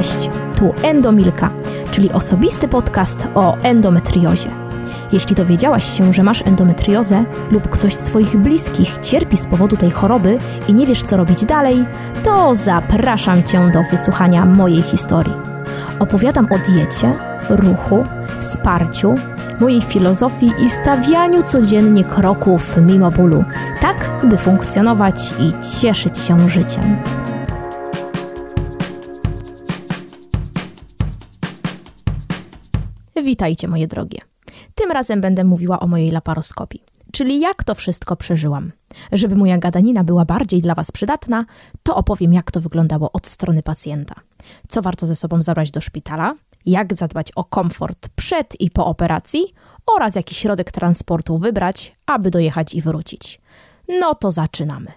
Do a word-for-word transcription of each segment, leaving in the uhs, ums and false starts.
Cześć, tu Endomilka, czyli osobisty podcast o endometriozie. Jeśli dowiedziałaś się, że masz endometriozę lub ktoś z Twoich bliskich cierpi z powodu tej choroby i nie wiesz, co robić dalej, to zapraszam Cię do wysłuchania mojej historii. Opowiadam o diecie, ruchu, wsparciu, mojej filozofii i stawianiu codziennie kroków mimo bólu, tak by funkcjonować i cieszyć się życiem. Witajcie, moje drogie. Tym razem będę mówiła o mojej laparoskopii, czyli jak to wszystko przeżyłam. Żeby moja gadanina była bardziej dla Was przydatna, to opowiem, jak to wyglądało od strony pacjenta. Co warto ze sobą zabrać do szpitala, jak zadbać o komfort przed i po operacji oraz jaki środek transportu wybrać, aby dojechać i wrócić. No to zaczynamy.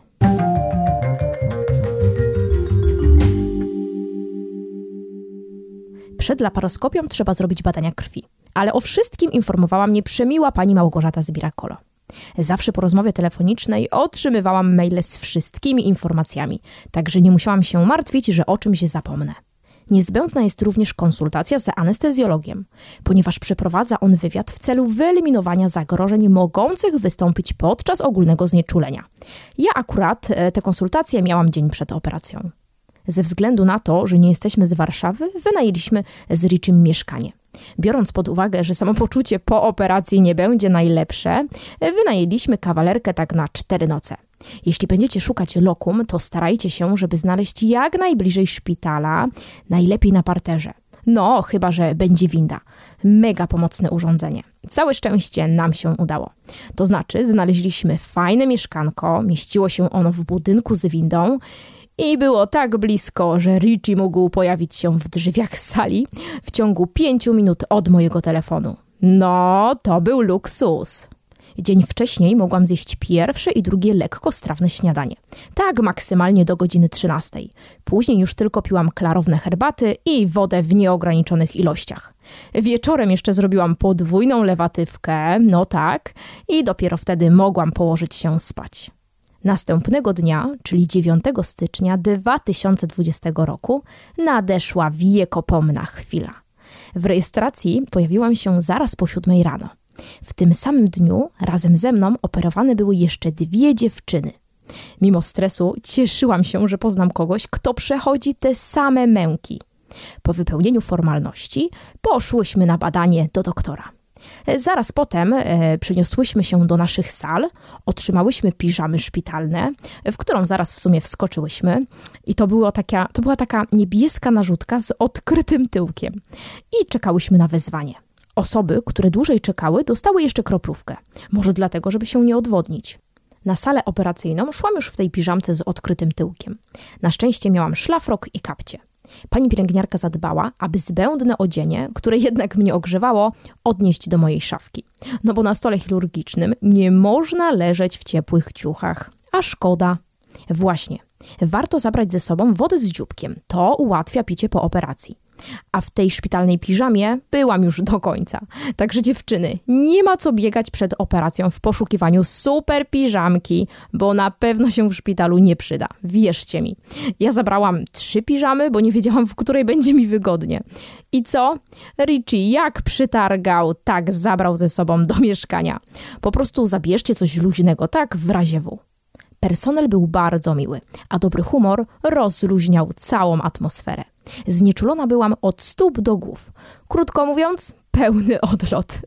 Przed laparoskopią trzeba zrobić badania krwi, ale o wszystkim informowała mnie przemiła pani Małgorzata z Biracolo. Zawsze po rozmowie telefonicznej otrzymywałam maile z wszystkimi informacjami, także nie musiałam się martwić, że o czymś zapomnę. Niezbędna jest również konsultacja z anestezjologiem, ponieważ przeprowadza on wywiad w celu wyeliminowania zagrożeń mogących wystąpić podczas ogólnego znieczulenia. Ja akurat te konsultacje miałam dzień przed operacją. Ze względu na to, że nie jesteśmy z Warszawy, wynajęliśmy z Richim mieszkanie. Biorąc pod uwagę, że samopoczucie po operacji nie będzie najlepsze, wynajęliśmy kawalerkę tak na cztery noce. Jeśli będziecie szukać lokum, to starajcie się, żeby znaleźć jak najbliżej szpitala, najlepiej na parterze. No, chyba że będzie winda. Mega pomocne urządzenie. Całe szczęście nam się udało. To znaczy, znaleźliśmy fajne mieszkanko, mieściło się ono w budynku z windą, i było tak blisko, że Richie mógł pojawić się w drzwiach sali w ciągu pięciu minut od mojego telefonu. No, to był luksus. Dzień wcześniej mogłam zjeść pierwsze i drugie lekkostrawne śniadanie. Tak maksymalnie do godziny trzynastej. Później już tylko piłam klarowne herbaty i wodę w nieograniczonych ilościach. Wieczorem jeszcze zrobiłam podwójną lewatywkę, no tak, i dopiero wtedy mogłam położyć się spać. Następnego dnia, czyli dziewiątego stycznia dwa tysiące dwudziestego roku, nadeszła wiekopomna chwila. W rejestracji pojawiłam się zaraz po siódmej rano. W tym samym dniu razem ze mną operowane były jeszcze dwie dziewczyny. Mimo stresu cieszyłam się, że poznam kogoś, kto przechodzi te same męki. Po wypełnieniu formalności poszłyśmy na badanie do doktora. Zaraz potem e, przyniosłyśmy się do naszych sal, otrzymałyśmy piżamy szpitalne, w którą zaraz w sumie wskoczyłyśmy i to, było taka, to była taka niebieska narzutka z odkrytym tyłkiem i czekałyśmy na wezwanie. Osoby, które dłużej czekały, dostały jeszcze kroplówkę, może dlatego, żeby się nie odwodnić. Na salę operacyjną szłam już w tej piżamce z odkrytym tyłkiem. Na szczęście miałam szlafrok i kapcie. Pani pielęgniarka zadbała, aby zbędne odzienie, które jednak mnie ogrzewało, odnieść do mojej szafki. No bo na stole chirurgicznym nie można leżeć w ciepłych ciuchach, a szkoda. Właśnie, warto zabrać ze sobą wodę z dzióbkiem, to ułatwia picie po operacji. A w tej szpitalnej piżamie byłam już do końca. Także dziewczyny, nie ma co biegać przed operacją w poszukiwaniu super piżamki, bo na pewno się w szpitalu nie przyda. Wierzcie mi. Ja zabrałam trzy piżamy, bo nie wiedziałam, w której będzie mi wygodnie. I co? Richie jak przytargał, tak zabrał ze sobą do mieszkania. Po prostu zabierzcie coś luźnego, tak w razie W. Personel był bardzo miły, a dobry humor rozluźniał całą atmosferę. Znieczulona byłam od stóp do głów. Krótko mówiąc, pełny odlot.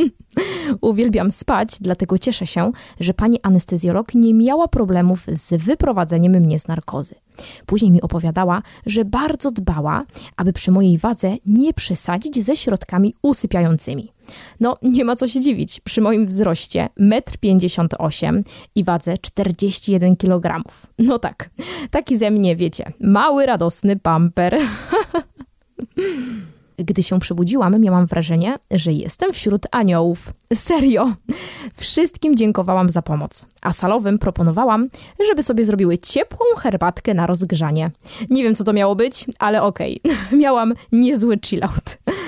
Uwielbiam spać, dlatego cieszę się, że pani anestezjolog nie miała problemów z wyprowadzeniem mnie z narkozy. Później mi opowiadała, że bardzo dbała, aby przy mojej wadze nie przesadzić ze środkami usypiającymi. No, nie ma co się dziwić. Przy moim wzroście metr pięćdziesiąt osiem i wadze czterdzieści jeden kilogramów. No tak, taki ze mnie, wiecie, mały, radosny pamper. Gdy się przebudziłam, miałam wrażenie, że jestem wśród aniołów. Serio. Wszystkim dziękowałam za pomoc, a salowym proponowałam, żeby sobie zrobiły ciepłą herbatkę na rozgrzanie. Nie wiem, co to miało być, ale okej. Okay. Miałam niezły chillout.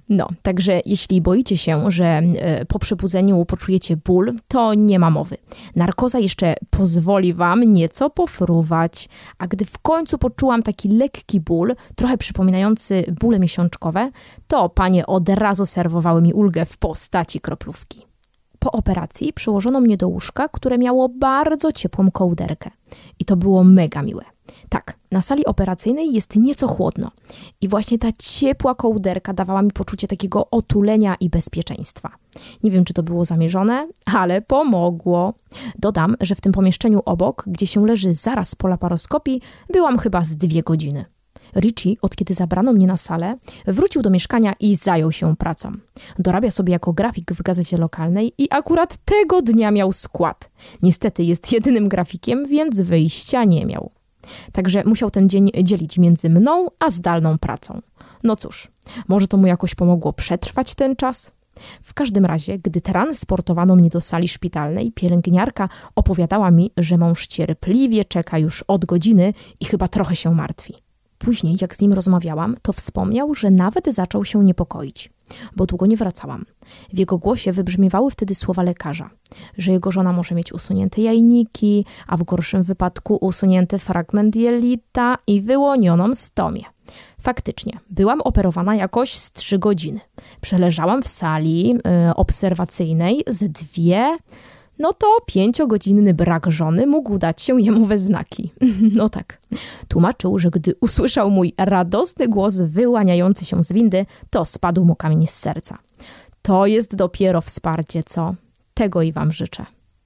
No, także jeśli boicie się, że y, po przebudzeniu poczujecie ból, to nie ma mowy. Narkoza jeszcze pozwoli wam nieco pofruwać, a gdy w końcu poczułam taki lekki ból, trochę przypominający bóle miesiączkowe, to panie od razu serwowały mi ulgę w postaci kroplówki. Po operacji przyłożono mnie do łóżka, które miało bardzo ciepłą kołderkę. I to było mega miłe. Tak, na sali operacyjnej jest nieco chłodno. I właśnie ta ciepła kołderka dawała mi poczucie takiego otulenia i bezpieczeństwa. Nie wiem, czy to było zamierzone, ale pomogło. Dodam, że w tym pomieszczeniu obok, gdzie się leży zaraz po laparoskopii, byłam chyba z dwie godziny. Richie, od kiedy zabrano mnie na salę, wrócił do mieszkania i zajął się pracą. Dorabia sobie jako grafik w gazecie lokalnej i akurat tego dnia miał skład. Niestety jest jedynym grafikiem, więc wyjścia nie miał. Także musiał ten dzień dzielić między mną a zdalną pracą. No cóż, może to mu jakoś pomogło przetrwać ten czas? W każdym razie, gdy transportowano mnie do sali szpitalnej, pielęgniarka opowiadała mi, że mąż cierpliwie czeka już od godziny i chyba trochę się martwi. Później, jak z nim rozmawiałam, to wspomniał, że nawet zaczął się niepokoić, bo długo nie wracałam. W jego głosie wybrzmiewały wtedy słowa lekarza, że jego żona może mieć usunięte jajniki, a w gorszym wypadku usunięty fragment jelita i wyłonioną stomię. Faktycznie, byłam operowana jakoś z trzy godziny. Przeleżałam w sali yy, obserwacyjnej ze dwie... no to pięciogodzinny brak żony mógł dać się jemu we znaki. No tak. Tłumaczył, że gdy usłyszał mój radosny głos wyłaniający się z windy, to spadł mu kamień z serca. To jest dopiero wsparcie, co? Tego i wam życzę.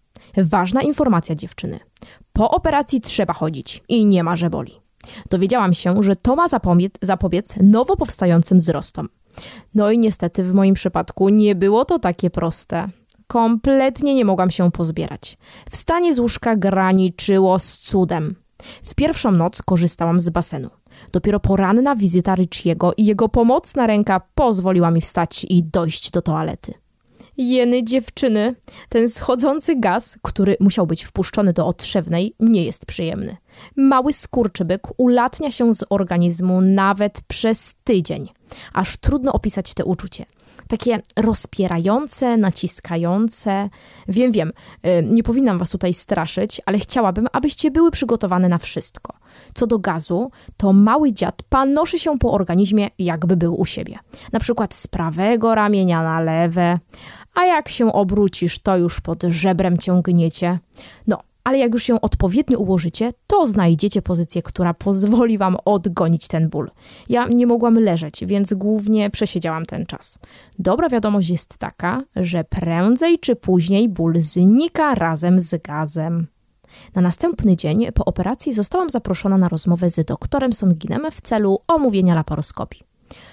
Ważna informacja, dziewczyny. Po operacji trzeba chodzić i nie ma, że boli. Dowiedziałam się, że to ma zapobiec, zapobiec nowo powstającym wzrostom. No i niestety w moim przypadku nie było to takie proste. Kompletnie nie mogłam się pozbierać. Wstanie z łóżka graniczyło z cudem. W pierwszą noc korzystałam z basenu. Dopiero poranna wizyta Richiego i jego pomocna ręka pozwoliła mi wstać i dojść do toalety. Jeny dziewczyny, ten schodzący gaz, który musiał być wpuszczony do otrzewnej, nie jest przyjemny. Mały skurczybyk ulatnia się z organizmu nawet przez tydzień. Aż trudno opisać te uczucie. Takie rozpierające, naciskające. Wiem, wiem, nie powinnam was tutaj straszyć, ale chciałabym, abyście były przygotowane na wszystko. Co do gazu, to mały dziad panoszy się po organizmie, jakby był u siebie. Na przykład z prawego ramienia na lewe, a jak się obrócisz, to już pod żebrem cię gniecie. No, ale jak już się odpowiednio ułożycie, to znajdziecie pozycję, która pozwoli wam odgonić ten ból. Ja nie mogłam leżeć, więc głównie przesiedziałam ten czas. Dobra wiadomość jest taka, że prędzej czy później ból znika razem z gazem. Na następny dzień po operacji zostałam zaproszona na rozmowę z doktorem Songinem w celu omówienia laparoskopii.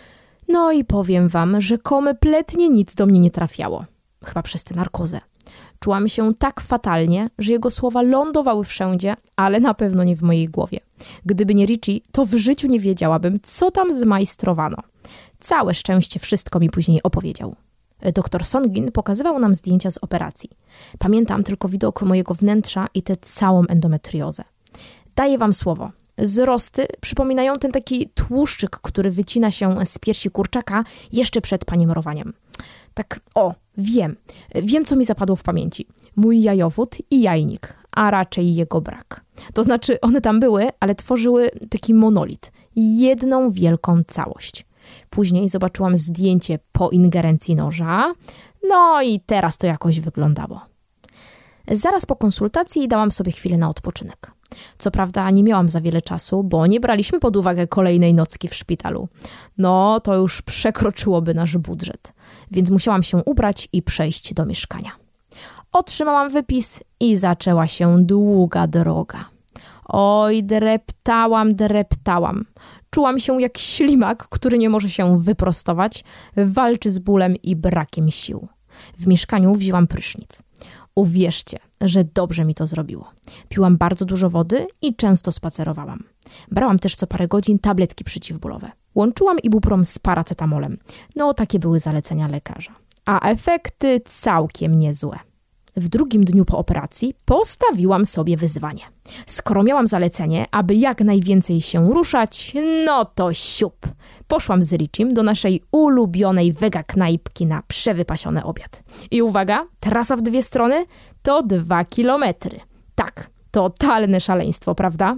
No i powiem wam, że kompletnie nic do mnie nie trafiało. Chyba przez tę narkozę. Czułam się tak fatalnie, że jego słowa lądowały wszędzie, ale na pewno nie w mojej głowie. Gdyby nie Richie, to w życiu nie wiedziałabym, co tam zmajstrowano. Całe szczęście wszystko mi później opowiedział. Doktor Songin pokazywał nam zdjęcia z operacji. Pamiętam tylko widok mojego wnętrza i tę całą endometriozę. Daję wam słowo. Zrosty przypominają ten taki tłuszczyk, który wycina się z piersi kurczaka jeszcze przed paniemrowaniem. Tak, o, wiem. Wiem, co mi zapadło w pamięci. Mój jajowód i jajnik, a raczej jego brak. To znaczy, one tam były, ale tworzyły taki monolit. Jedną wielką całość. Później zobaczyłam zdjęcie po ingerencji noża. No i teraz to jakoś wyglądało. Zaraz po konsultacji dałam sobie chwilę na odpoczynek. Co prawda nie miałam za wiele czasu, bo nie braliśmy pod uwagę kolejnej nocki w szpitalu. No, to już przekroczyłoby nasz budżet, więc musiałam się ubrać i przejść do mieszkania. Otrzymałam wypis i zaczęła się długa droga. Oj, dreptałam, dreptałam. Czułam się jak ślimak, który nie może się wyprostować, walczy z bólem i brakiem sił. W mieszkaniu wzięłam prysznic. Uwierzcie, że dobrze mi to zrobiło. Piłam bardzo dużo wody i często spacerowałam. Brałam też co parę godzin tabletki przeciwbólowe. Łączyłam ibuprom z paracetamolem. No, takie były zalecenia lekarza. A efekty całkiem niezłe. W drugim dniu po operacji postawiłam sobie wyzwanie. Skoro miałam zalecenie, aby jak najwięcej się ruszać, no to siup. Poszłam z Richim do naszej ulubionej wega knajpki na przewypasiony obiad. I uwaga, trasa w dwie strony to dwa kilometry. Tak, totalne szaleństwo, prawda?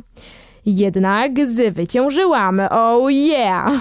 Jednak zwyciężyłam, oh yeah!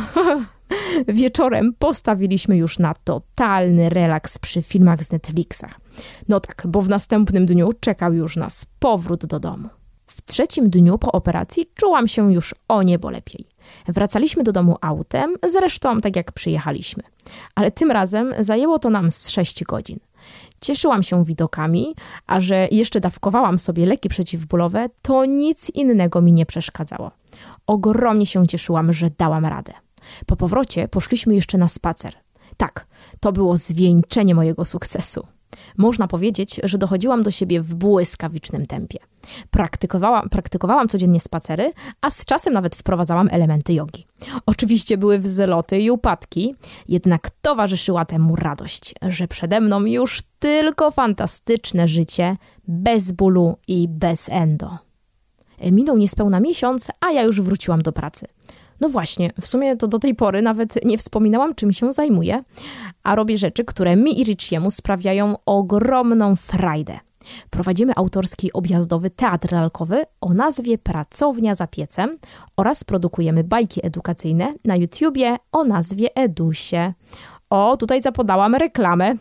Wieczorem postawiliśmy już na totalny relaks przy filmach z Netflixa. No tak, bo w następnym dniu czekał już nas powrót do domu. W trzecim dniu po operacji czułam się już o niebo lepiej. Wracaliśmy do domu autem, zresztą tak jak przyjechaliśmy. Ale tym razem zajęło to nam z sześć godzin. Cieszyłam się widokami, a że jeszcze dawkowałam sobie leki przeciwbólowe, to nic innego mi nie przeszkadzało. Ogromnie się cieszyłam, że dałam radę. Po powrocie poszliśmy jeszcze na spacer. Tak, to było zwieńczenie mojego sukcesu. Można powiedzieć, że dochodziłam do siebie w błyskawicznym tempie. Praktykowałam, praktykowałam codziennie spacery, a z czasem nawet wprowadzałam elementy jogi. Oczywiście były wzloty i upadki, jednak towarzyszyła temu radość, że przede mną już tylko fantastyczne życie, bez bólu i bez endo. Minął niespełna miesiąc, a ja już wróciłam do pracy. No właśnie, w sumie to do tej pory nawet nie wspominałam, czym się zajmuję, a robię rzeczy, które mi i Richiemu sprawiają ogromną frajdę. Prowadzimy autorski objazdowy teatr lalkowy o nazwie Pracownia za piecem oraz produkujemy bajki edukacyjne na YouTubie o nazwie Edusie. O, tutaj zapodałam reklamę.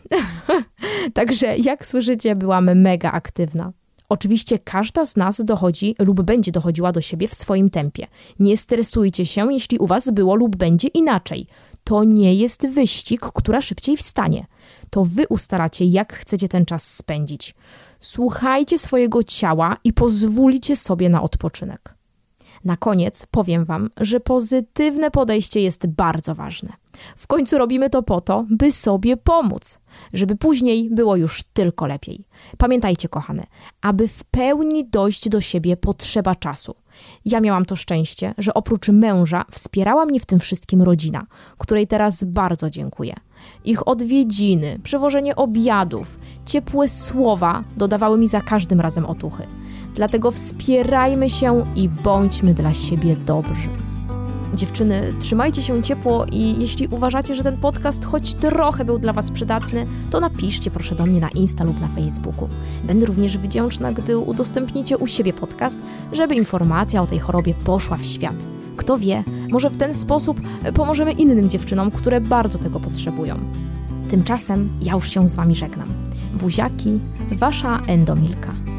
Także jak słyszycie, byłam mega aktywna. Oczywiście każda z nas dochodzi lub będzie dochodziła do siebie w swoim tempie. Nie stresujcie się, jeśli u was było lub będzie inaczej. To nie jest wyścig, która szybciej wstanie. To wy ustalacie, jak chcecie ten czas spędzić. Słuchajcie swojego ciała i pozwólcie sobie na odpoczynek. Na koniec powiem wam, że pozytywne podejście jest bardzo ważne. W końcu robimy to po to, by sobie pomóc, żeby później było już tylko lepiej. Pamiętajcie, kochane, aby w pełni dojść do siebie potrzeba czasu. Ja miałam to szczęście, że oprócz męża wspierała mnie w tym wszystkim rodzina, której teraz bardzo dziękuję. Ich odwiedziny, przewożenie obiadów, ciepłe słowa dodawały mi za każdym razem otuchy. Dlatego wspierajmy się i bądźmy dla siebie dobrzy. Dziewczyny, trzymajcie się ciepło i jeśli uważacie, że ten podcast choć trochę był dla was przydatny, to napiszcie proszę do mnie na Insta lub na Facebooku. Będę również wdzięczna, gdy udostępnicie u siebie podcast, żeby informacja o tej chorobie poszła w świat. Kto wie, może w ten sposób pomożemy innym dziewczynom, które bardzo tego potrzebują. Tymczasem ja już się z wami żegnam. Buziaki, wasza Endomilka.